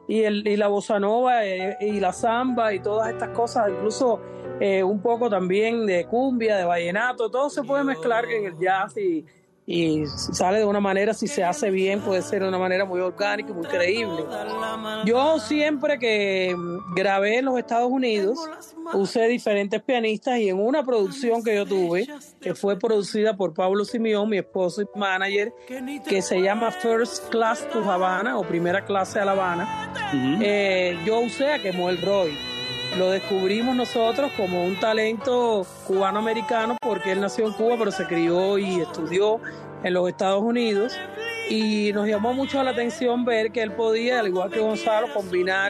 Y la bossa nova y la samba y todas estas cosas, incluso un poco también de cumbia, de vallenato, todo se puede mezclar en el jazz y sale de una manera, si se hace bien, puede ser de una manera muy orgánica y muy creíble. Yo siempre que grabé en los Estados Unidos, usé diferentes pianistas, y en una producción que yo tuve, que fue producida por Pablo Simeón, mi esposo y manager, que se llama First Class to Havana, o Primera Clase a La Habana, yo usé a Kemuel Roy. Lo descubrimos nosotros como un talento cubano-americano, porque él nació en Cuba, pero se crió y estudió en los Estados Unidos, y nos llamó mucho la atención ver que él podía, al igual que Gonzalo, combinar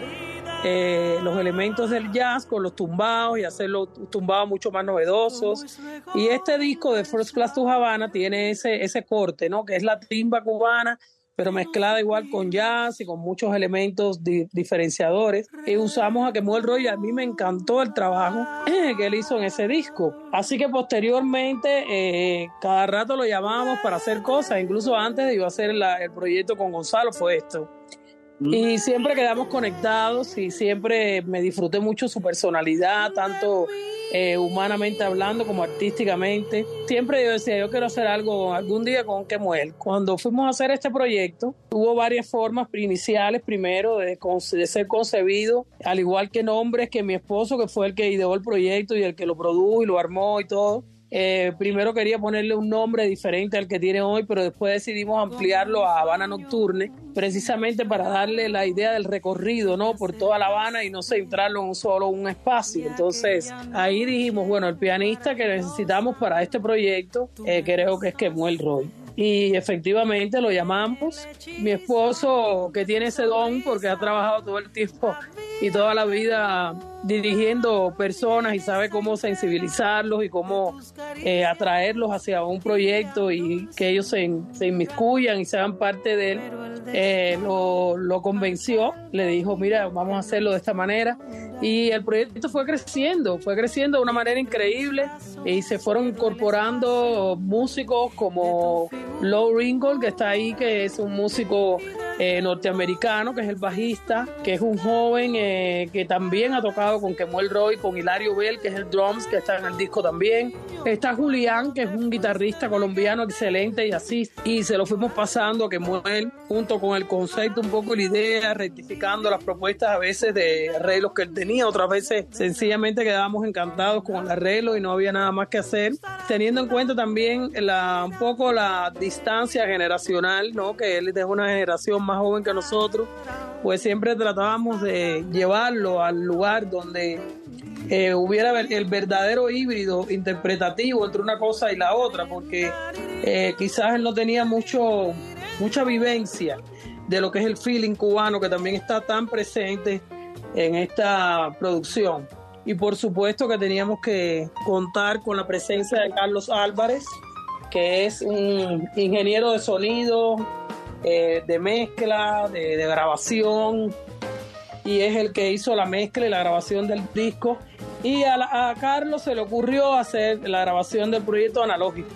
los elementos del jazz con los tumbados y hacer los tumbados mucho más novedosos. Y este disco de First Class to Havana tiene ese corte, ¿no? Que es la timba cubana, pero mezclada igual con jazz y con muchos elementos diferenciadores. Y usamos a Kemuel Roy, y a mí me encantó el trabajo que él hizo en ese disco. Así que posteriormente, cada rato lo llamábamos para hacer cosas, incluso antes de yo hacer el proyecto con Gonzalo fue esto. Y siempre quedamos conectados, y siempre me disfruté mucho su personalidad, tanto humanamente hablando como artísticamente. Siempre yo decía, yo quiero hacer algo algún día con Kemuel. Cuando fuimos a hacer este proyecto, hubo varias formas iniciales. Primero, de ser concebido, al igual que nombres, que mi esposo, que fue el que ideó el proyecto y el que lo produjo y lo armó y todo. Primero quería ponerle un nombre diferente al que tiene hoy, pero después decidimos ampliarlo a Habana Nocturne, precisamente para darle la idea del recorrido, ¿no? Por toda La Habana, y no centrarlo en un espacio. Entonces ahí dijimos, bueno, el pianista que necesitamos para este proyecto creo que es Kemuel Roy. Y efectivamente lo llamamos. Mi esposo, que tiene ese don porque ha trabajado todo el tiempo y toda la vida dirigiendo personas, y sabe cómo sensibilizarlos y cómo atraerlos hacia un proyecto y que ellos se inmiscuyan y sean parte de él, lo convenció, le dijo, mira, vamos a hacerlo de esta manera, y el proyecto fue creciendo de una manera increíble, y se fueron incorporando músicos como Lou Ringgold, que está ahí, que es un músico norteamericano, que es el bajista, que es un joven que también ha tocado con Kemuel Roy, con Hilario Bell, que es el drums, que está en el disco también. Está Julián, que es un guitarrista colombiano excelente, y así, y se lo fuimos pasando a Kemuel, junto con el concepto, un poco la idea, rectificando las propuestas a veces de arreglos que él tenía, otras veces sencillamente quedábamos encantados con el arreglo y no había nada más que hacer, teniendo en cuenta también un poco la distancia generacional, ¿no? Que él es de una generación más joven que nosotros, pues siempre tratábamos de llevarlo al lugar donde hubiera el verdadero híbrido interpretativo entre una cosa y la otra, porque quizás él no tenía mucha vivencia de lo que es el feeling cubano, que también está tan presente en esta producción. Y por supuesto que teníamos que contar con la presencia de Carlos Álvarez, que es un ingeniero de sonido, de mezcla, de grabación, y es el que hizo la mezcla y la grabación del disco. Y a Carlos se le ocurrió hacer la grabación del proyecto analógico.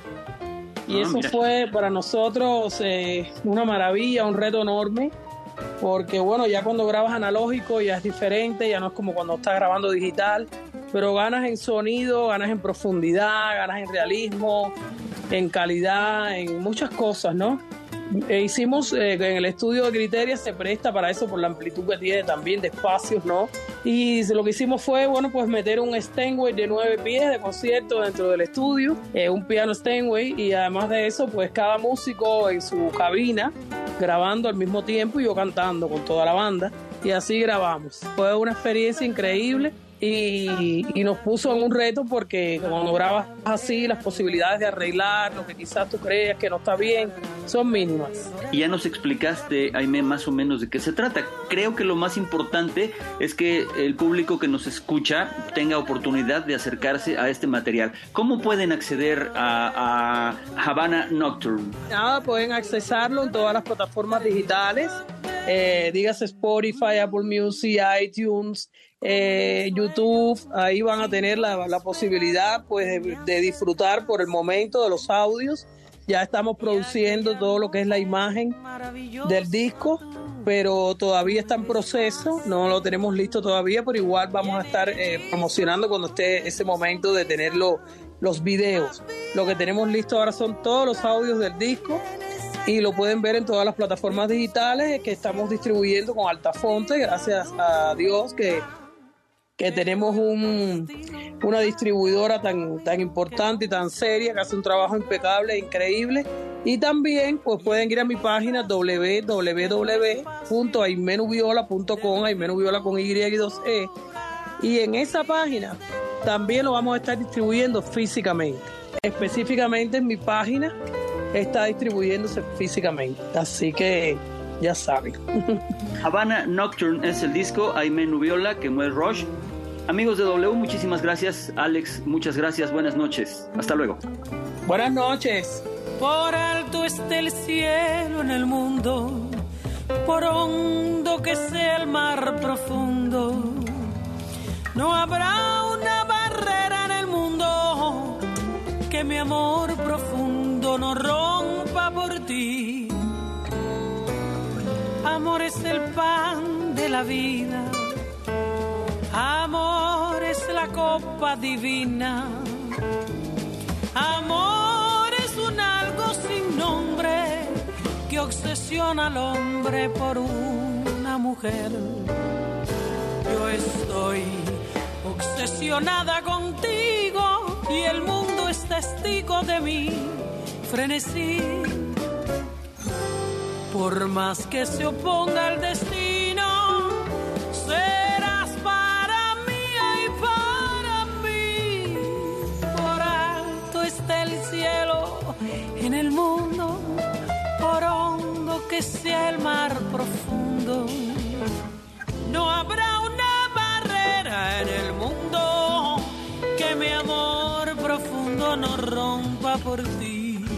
Y eso fue para nosotros una maravilla, un reto enorme, porque bueno, ya cuando grabas analógico ya es diferente, ya no es como cuando estás grabando digital, pero ganas en sonido, ganas en profundidad, ganas en realismo, en calidad, en muchas cosas, ¿no? Hicimos en el estudio de Criteria, se presta para eso por la amplitud que tiene también de espacios, ¿no? Y lo que hicimos fue, bueno, pues meter un Steinway de 9 pies de concierto dentro del estudio, un piano Steinway, y además de eso, pues cada músico en su cabina grabando al mismo tiempo y yo cantando con toda la banda, y así grabamos. Fue una experiencia increíble. Y nos puso en un reto, porque cuando grabas así, las posibilidades de arreglar lo que quizás tú creas que no está bien son mínimas. Y ya nos explicaste, Aimee, más o menos de qué se trata. Creo que lo más importante es que el público que nos escucha tenga oportunidad de acercarse a este material. ¿Cómo pueden acceder a Havana Nocturne? Nada, pueden accesarlo en todas las plataformas digitales, dígase Spotify, Apple Music, iTunes, YouTube. Ahí van a tener la posibilidad, pues, de disfrutar por el momento de los audios. Ya estamos produciendo todo lo que es la imagen del disco, pero todavía está en proceso, no lo tenemos listo todavía, pero igual vamos a estar promocionando cuando esté ese momento de tenerlo los videos. Lo que tenemos listo ahora son todos los audios del disco y lo pueden ver en todas las plataformas digitales que estamos distribuyendo con Altafonte, gracias a Dios que tenemos una distribuidora tan importante y tan seria que hace un trabajo impecable e increíble. Y también pues pueden ir a mi página www.aimenuviola.com, Aimenuviola con Y y 2E, y en esa página también lo vamos a estar distribuyendo físicamente. Específicamente en mi página está distribuyéndose físicamente, así que ya saben. Havana Nocturne es el disco, Aimenuviola, que mueve Rush. Amigos de W, muchísimas gracias. Alex, muchas gracias. Buenas noches. Hasta luego. Buenas noches. Por alto esté el cielo en el mundo, por hondo que sea el mar profundo, no habrá una barrera en el mundo que mi amor profundo no rompa por ti. Amor es el pan de la vida, amor es la copa divina, amor es un algo sin nombre que obsesiona al hombre por una mujer. Yo estoy obsesionada contigo y el mundo es testigo de mi frenesí. Por más que se oponga el destino, serás para mí y para mí. Por alto está el cielo en el mundo, por hondo que sea el mar profundo, no habrá una barrera en el mundo que mi amor profundo no rompa por ti.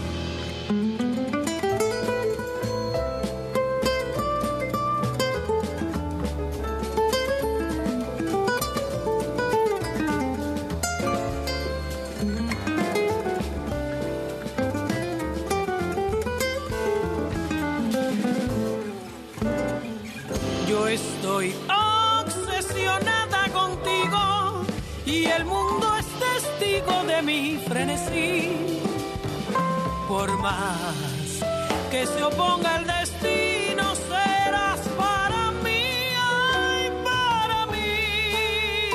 Estoy obsesionada contigo y el mundo es testigo de mi frenesí. Por más que se oponga el destino, serás para mí, ay, para mí.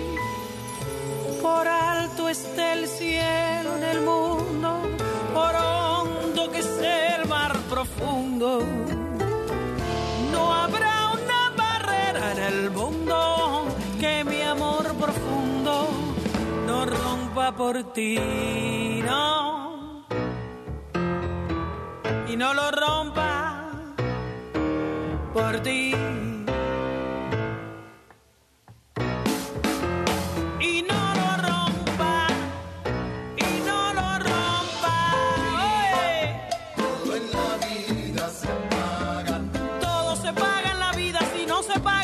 Por alto esté el cielo en el mundo, por hondo que sea el mar profundo, no habrá en el mundo que mi amor profundo no rompa por ti, no, y no lo rompa por ti. Y no lo rompa, y no lo rompa. Oye. Todo en la vida se paga. Todo se paga en la vida, si no se paga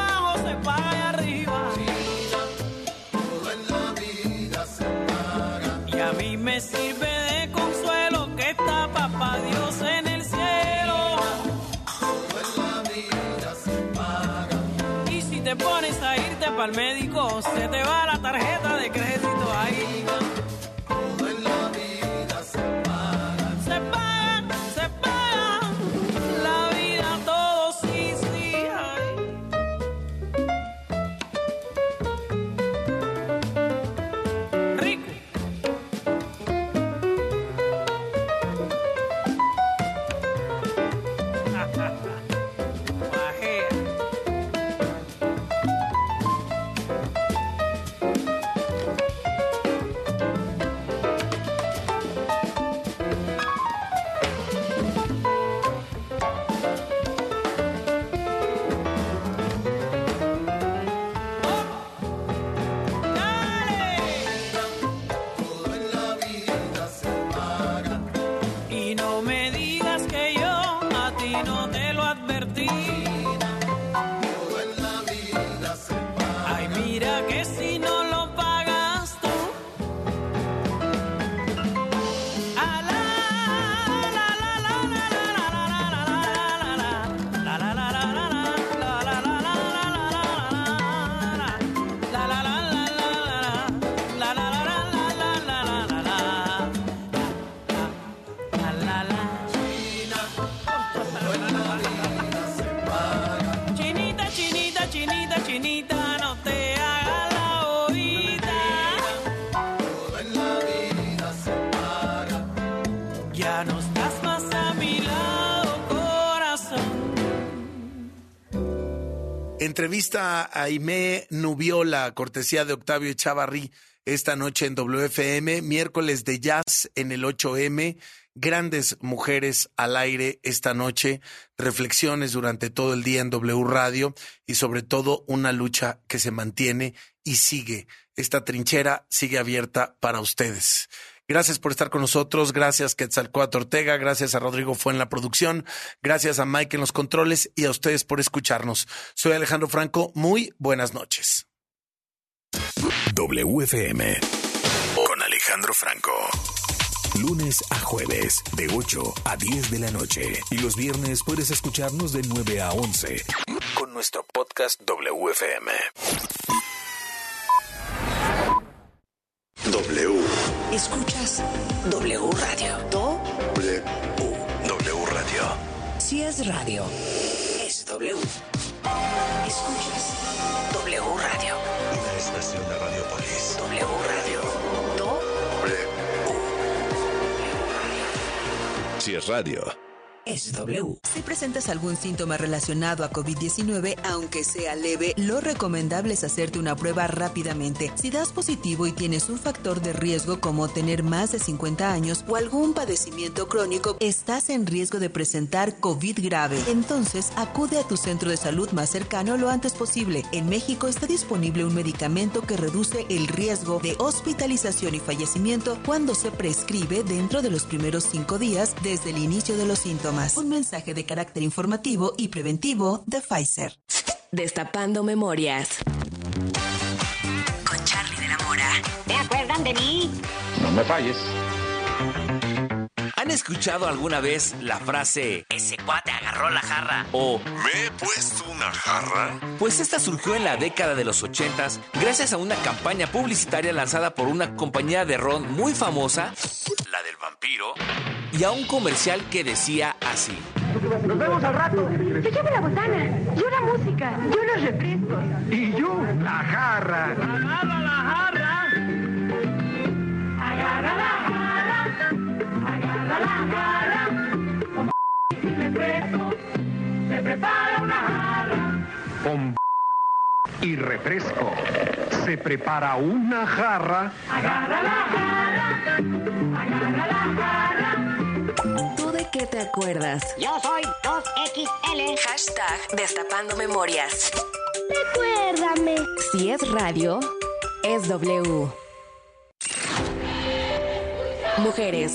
me sirve de consuelo que está papá Dios en el cielo. Todo en la vida se paga. Y si te pones a irte pa'l médico, se te va la tarjeta de crédito ahí. Todo en la vida se paga. Se paga, se paga. La vida todo sí, sí, ay. Rico. Entrevista a Aimee Nubiola, cortesía de Octavio Echavarri, esta noche en WFM, miércoles de jazz en el 8M, grandes mujeres al aire esta noche, reflexiones durante todo el día en W Radio y sobre todo una lucha que se mantiene y sigue. Esta trinchera sigue abierta para ustedes. Gracias por estar con nosotros, gracias Quetzalcóatl Ortega, gracias a Rodrigo Fue en la producción, gracias a Mike en los controles y a ustedes por escucharnos. Soy Alejandro Franco, muy buenas noches. WFM con Alejandro Franco. Lunes a jueves, de 8 a 10 de la noche. Y los viernes puedes escucharnos de 9 a 11 con nuestro podcast WFM. W. Escuchas W Radio. W. W Radio. Si es radio, es W. Escuchas W Radio. Una estación de Radiopolis. W Radio. W. Si es radio, es W. Si presentas algún síntoma relacionado a COVID-19, aunque sea leve, lo recomendable es hacerte una prueba rápidamente. Si das positivo y tienes un factor de riesgo como tener más de 50 años o algún padecimiento crónico, estás en riesgo de presentar COVID grave. Entonces, acude a tu centro de salud más cercano lo antes posible. En México está disponible un medicamento que reduce el riesgo de hospitalización y fallecimiento cuando se prescribe dentro de los primeros 5 días desde el inicio de los síntomas. Un mensaje de carácter informativo y preventivo de Pfizer. Destapando memorias. Con Charlie de la Mora. ¿Te acuerdan de mí? No me falles. ¿Han escuchado alguna vez la frase ese cuate agarró la jarra? O ¿me he puesto una jarra? Pues esta surgió en la década de los 80s gracias a una campaña publicitaria lanzada por una compañía de ron muy famosa, la del vampiro, y a un comercial que decía así: Nos vemos al rato. Yo llevo la botana, yo la música, yo los refrescos. Y yo la jarra. Agarra la jarra. Agarra la jarra. Agarra la jarra. Como sin refresco, se prepara una jarra. Con y refresco, se prepara una jarra. Agarra la jarra. Agarra la jarra. ¿Tú de qué te acuerdas? Yo soy 2XL. Hashtag Destapando Memorias. Recuérdame. Si es radio, es W. Mujeres.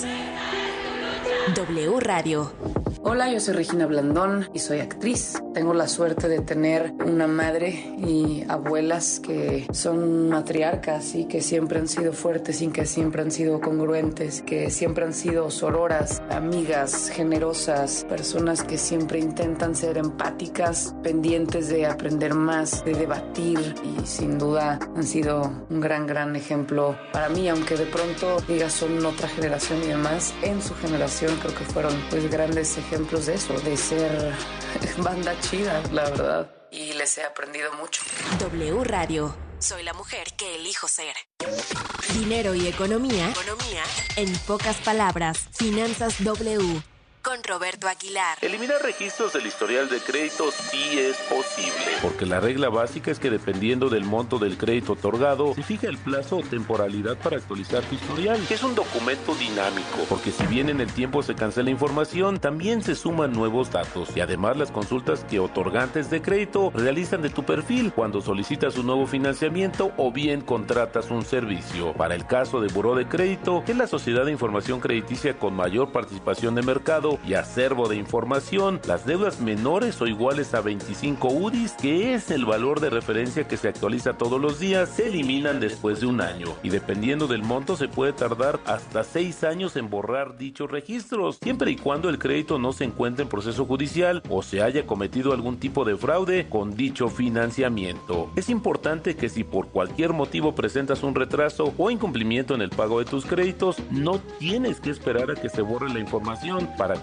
W Radio. Hola, yo soy Regina Blandón y soy actriz. Tengo la suerte de tener una madre y abuelas que son matriarcas y que siempre han sido fuertes y que siempre han sido congruentes, que siempre han sido sororas, amigas, generosas, personas que siempre intentan ser empáticas, pendientes de aprender más, de debatir, y sin duda han sido un gran ejemplo para mí, aunque de pronto digas son otra generación y demás. En su generación creo que fueron pues grandes ejemplos de eso, de ser banda chida, la verdad. Y les he aprendido mucho. W Radio. Soy la mujer que elijo ser. Dinero y economía. En pocas palabras. Finanzas W. Con Roberto Aguilar. Eliminar registros del historial de crédito sí es posible, porque la regla básica es que dependiendo del monto del crédito otorgado, se fija el plazo o temporalidad para actualizar tu historial, que es un documento dinámico, porque si bien en el tiempo se cancela información, también se suman nuevos datos, y además las consultas que otorgantes de crédito realizan de tu perfil cuando solicitas un nuevo financiamiento o bien contratas un servicio. Para el caso de Buró de Crédito, que es la sociedad de información crediticia con mayor participación de mercado y acervo de información, las deudas menores o iguales a 25 UDIs, que es el valor de referencia que se actualiza todos los días, se eliminan después de un año, y dependiendo del monto se puede tardar hasta 6 años en borrar dichos registros, siempre y cuando el crédito no se encuentre en proceso judicial o se haya cometido algún tipo de fraude con dicho financiamiento. Es importante que si por cualquier motivo presentas un retraso o incumplimiento en el pago de tus créditos, no tienes que esperar a que se borre la información para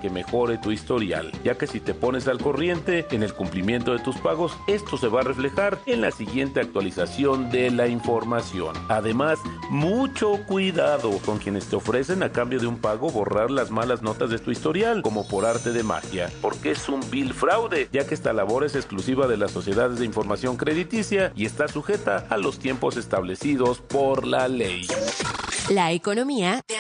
que mejore tu historial, ya que si te pones al corriente en el cumplimiento de tus pagos, esto se va a reflejar en la siguiente actualización de la información. Además, mucho cuidado con quienes te ofrecen a cambio de un pago borrar las malas notas de tu historial, como por arte de magia, porque es un vil fraude, ya que esta labor es exclusiva de las sociedades de información crediticia y está sujeta a los tiempos establecidos por la ley. La economía